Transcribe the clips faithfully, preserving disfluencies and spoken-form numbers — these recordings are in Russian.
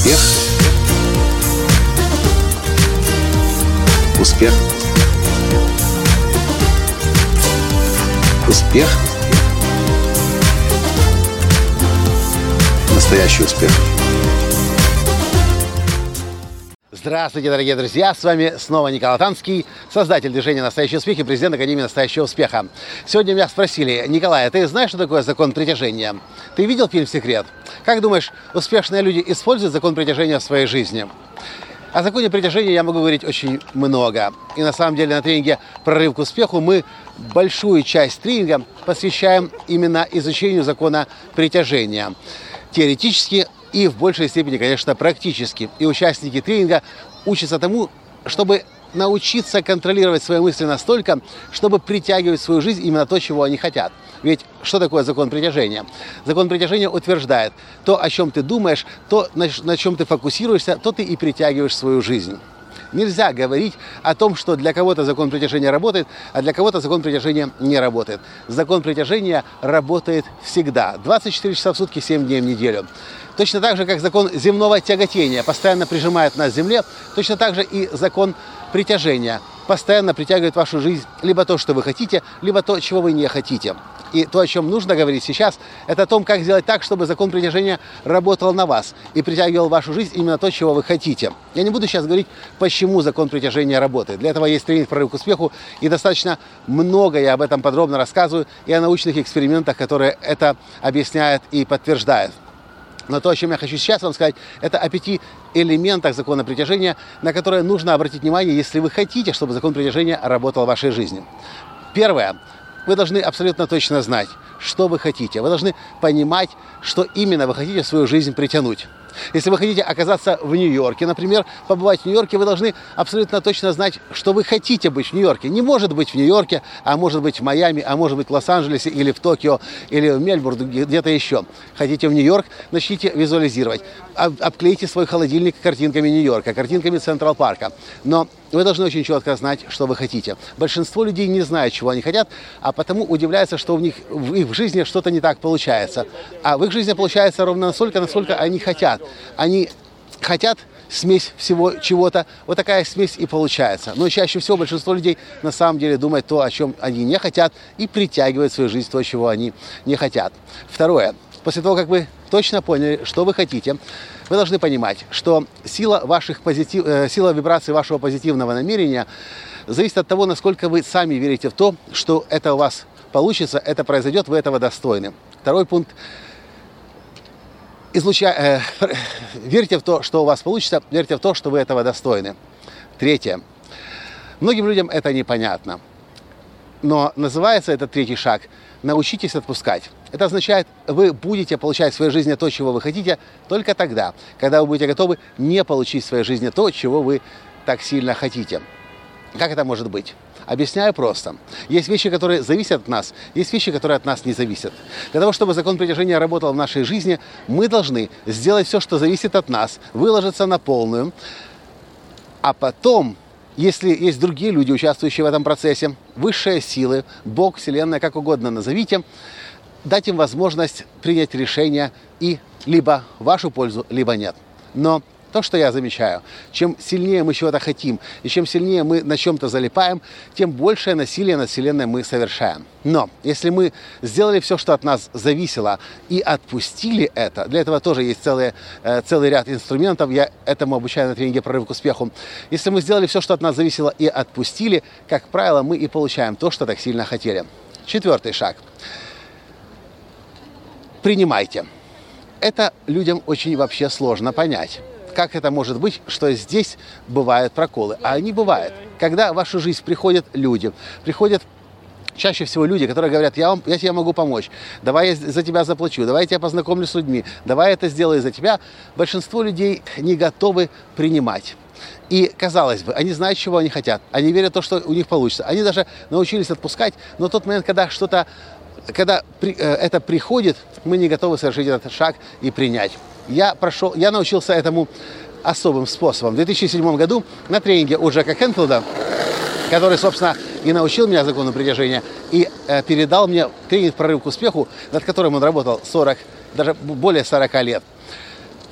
Успех. Успех. Успех. Настоящий успех. Здравствуйте, дорогие друзья! С вами снова Николай Танский, создатель движения «Настоящий успех» и президент Академии «Настоящего успеха». Сегодня меня спросили: Николай, а ты знаешь, что такое закон притяжения? Ты видел фильм «Секрет»? Как думаешь, успешные люди используют закон притяжения в своей жизни? О законе притяжения я могу говорить очень много. И на самом деле на тренинге «Прорыв к успеху» мы большую часть тренинга посвящаем именно изучению закона притяжения. Теоретически и в большей степени, конечно, практически. И участники тренинга учатся тому, чтобы научиться контролировать свои мысли настолько, чтобы притягивать в свою жизнь именно то, чего они хотят. Ведь что такое закон притяжения? Закон притяжения утверждает: то, о чем ты думаешь, то, на чем ты фокусируешься, то ты и притягиваешь в свою жизнь. Нельзя говорить о том, что для кого-то закон притяжения работает, а для кого-то закон притяжения не работает. Закон притяжения работает всегда, двадцать четыре часа в сутки, семь дней в неделю. Точно так же, как закон земного тяготения постоянно прижимает нас к земле, точно так же и закон притяжения постоянно притягивает в вашу жизнь либо то, что вы хотите, либо то, чего вы не хотите. И то, о чем нужно говорить сейчас, это о том, как сделать так, чтобы закон притяжения работал на вас и притягивал в вашу жизнь именно то, чего вы хотите. Я не буду сейчас говорить, почему закон притяжения работает. Для этого есть тренинг «Прорыв к успеху», и достаточно много я об этом подробно рассказываю, и о научных экспериментах, которые это объясняют и подтверждают. Но то, о чем я хочу сейчас вам сказать, это о пяти элементах закона притяжения, на которые нужно обратить внимание, если вы хотите, чтобы закон притяжения работал в вашей жизни. Первое. Вы должны абсолютно точно знать, что вы хотите. Вы должны понимать, что именно вы хотите в свою жизнь притянуть. Если вы хотите оказаться в Нью-Йорке, например, побывать в Нью-Йорке, вы должны абсолютно точно знать, что вы хотите быть в Нью-Йорке. Не может быть в Нью-Йорке, а может быть в Майами, а может быть в Лос-Анджелесе, или в Токио, или в Мельбурне, где-то еще. Хотите в Нью-Йорк, начните визуализировать. Обклейте свой холодильник картинками Нью-Йорка, картинками Централ-парка. Но вы должны очень четко знать, что вы хотите. Большинство людей не знают, чего они хотят, а потому удивляются, что у них в их жизни что-то не так получается. А в их жизни получается ровно настолько, насколько они хотят. Они хотят смесь всего чего-то, вот такая смесь и получается. Но чаще всего большинство людей на самом деле думает то, о чем они не хотят, и притягивает в свою жизнь то, чего они не хотят. Второе. После того, как вы точно поняли, что вы хотите, вы должны понимать, что сила, ваших позитив... сила вибрации вашего позитивного намерения зависит от того, насколько вы сами верите в то, что это у вас получится, это произойдет, вы этого достойны. Второй пункт. Излуча... Э, верьте в то, что у вас получится, верьте в то, что вы этого достойны. Третье. Многим людям это непонятно. Но называется этот третий шаг «научитесь отпускать». Это означает, вы будете получать в своей жизни то, чего вы хотите, только тогда, когда вы будете готовы не получить в своей жизни то, чего вы так сильно хотите. Как это может быть? Объясняю просто. Есть вещи, которые зависят от нас, есть вещи, которые от нас не зависят. Для того, чтобы закон притяжения работал в нашей жизни, мы должны сделать все, что зависит от нас, выложиться на полную, а потом, если есть другие люди, участвующие в этом процессе, высшие силы, Бог, Вселенная, как угодно назовите, дать им возможность принять решение и либо в вашу пользу, либо нет. Но то, что я замечаю, чем сильнее мы чего-то хотим, и чем сильнее мы на чем-то залипаем, тем большее насилие над Вселенной мы совершаем. Но если мы сделали все, что от нас зависело, и отпустили это, для этого тоже есть целый, э, целый ряд инструментов, я этому обучаю на тренинге «Прорыв к успеху». Если мы сделали все, что от нас зависело, и отпустили, как правило, мы и получаем то, что так сильно хотели. Четвертый шаг. Принимайте. Это людям очень вообще сложно понять. Как это может быть, что здесь бывают проколы? А они бывают. Когда в вашу жизнь приходят люди, приходят чаще всего люди, которые говорят: я, вам, я тебе могу помочь, давай я за тебя заплачу, давай я тебя познакомлю с людьми, давай я это сделаю за тебя. Большинство людей не готовы принимать. И, казалось бы, они знают, чего они хотят, они верят в то, что у них получится. Они даже научились отпускать, но в тот момент, когда что-то, когда при, э, это приходит, мы не готовы совершить этот шаг и принять. Я прошел, я научился этому особым способом. В две тысячи седьмом году на тренинге у Джека Кенфилда, который, собственно, и научил меня закону притяжения, и э, передал мне тренинг «Прорыв к успеху», над которым он работал сорок, даже более сорока лет.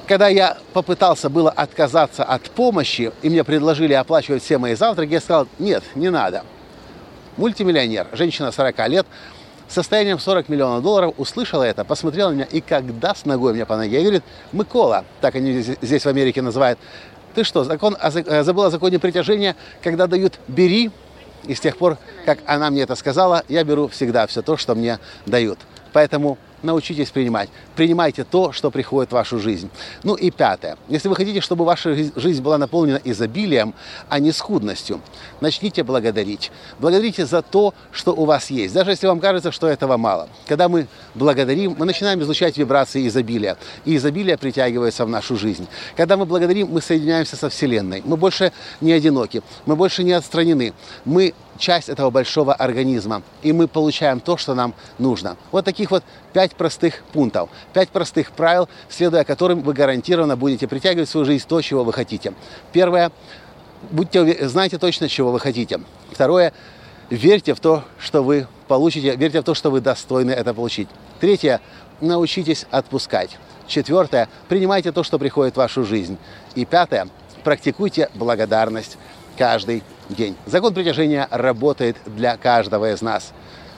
Когда я попытался было отказаться от помощи, и мне предложили оплачивать все мои завтраки, я сказал: нет, не надо. Мультимиллионер, женщина сорока лет, с состоянием сорок миллионов долларов, услышала это, посмотрела на меня и как даст ногой мне по ноге. И говорит: Микола, так они здесь в Америке называют, ты что, закон, забыл о законе притяжения, когда дают «бери», и с тех пор, как она мне это сказала, я беру всегда все то, что мне дают. Поэтому научитесь принимать. Принимайте то, что приходит в вашу жизнь. Ну и пятое. Если вы хотите, чтобы ваша жизнь была наполнена изобилием, а не скудностью, начните благодарить. Благодарите за то, что у вас есть, даже если вам кажется, что этого мало. Когда мы благодарим, мы начинаем излучать вибрации изобилия, и изобилие притягивается в нашу жизнь. Когда мы благодарим, мы соединяемся со Вселенной. Мы больше не одиноки, мы больше не отстранены. Мы часть этого большого организма, и мы получаем то, что нам нужно. Вот таких вот пять простых пунктов, пять простых правил, следуя которым вы гарантированно будете притягивать в свою жизнь то, чего вы хотите. Первое. Будьте, знайте точно, чего вы хотите. Второе. Верьте в то, что вы получите, верьте в то, что вы достойны это получить. Третье. Научитесь отпускать. Четвертое. Принимайте то, что приходит в вашу жизнь. И пятое. Практикуйте благодарность каждый день. Закон притяжения работает для каждого из нас.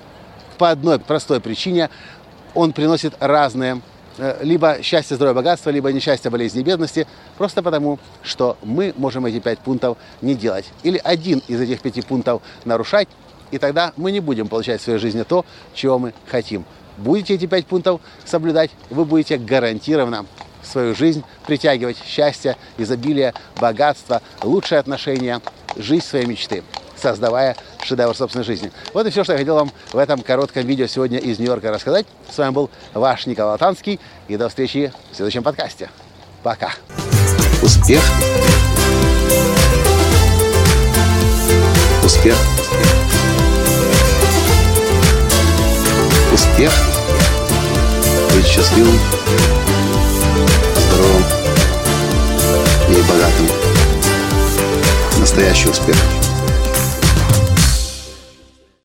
По одной простой причине: он приносит разные, либо счастье, здоровье, богатство, либо несчастье, болезни, бедности, просто потому, что мы можем эти пять пунктов не делать. Или один из этих пяти пунктов нарушать, и тогда мы не будем получать в своей жизни то, чего мы хотим. Будете эти пять пунктов соблюдать, вы будете гарантированно в свою жизнь притягивать счастье, изобилие, богатство, лучшие отношения, жизнь своей мечты, создавая шедевр собственной жизни. Вот и все, что я хотел вам в этом коротком видео сегодня из Нью-Йорка рассказать. С вами был ваш Николай Латанский. И до встречи в следующем подкасте. Пока. Успех. Успех. Успех. Быть счастливым, здоровым и богатым. Настоящий успех.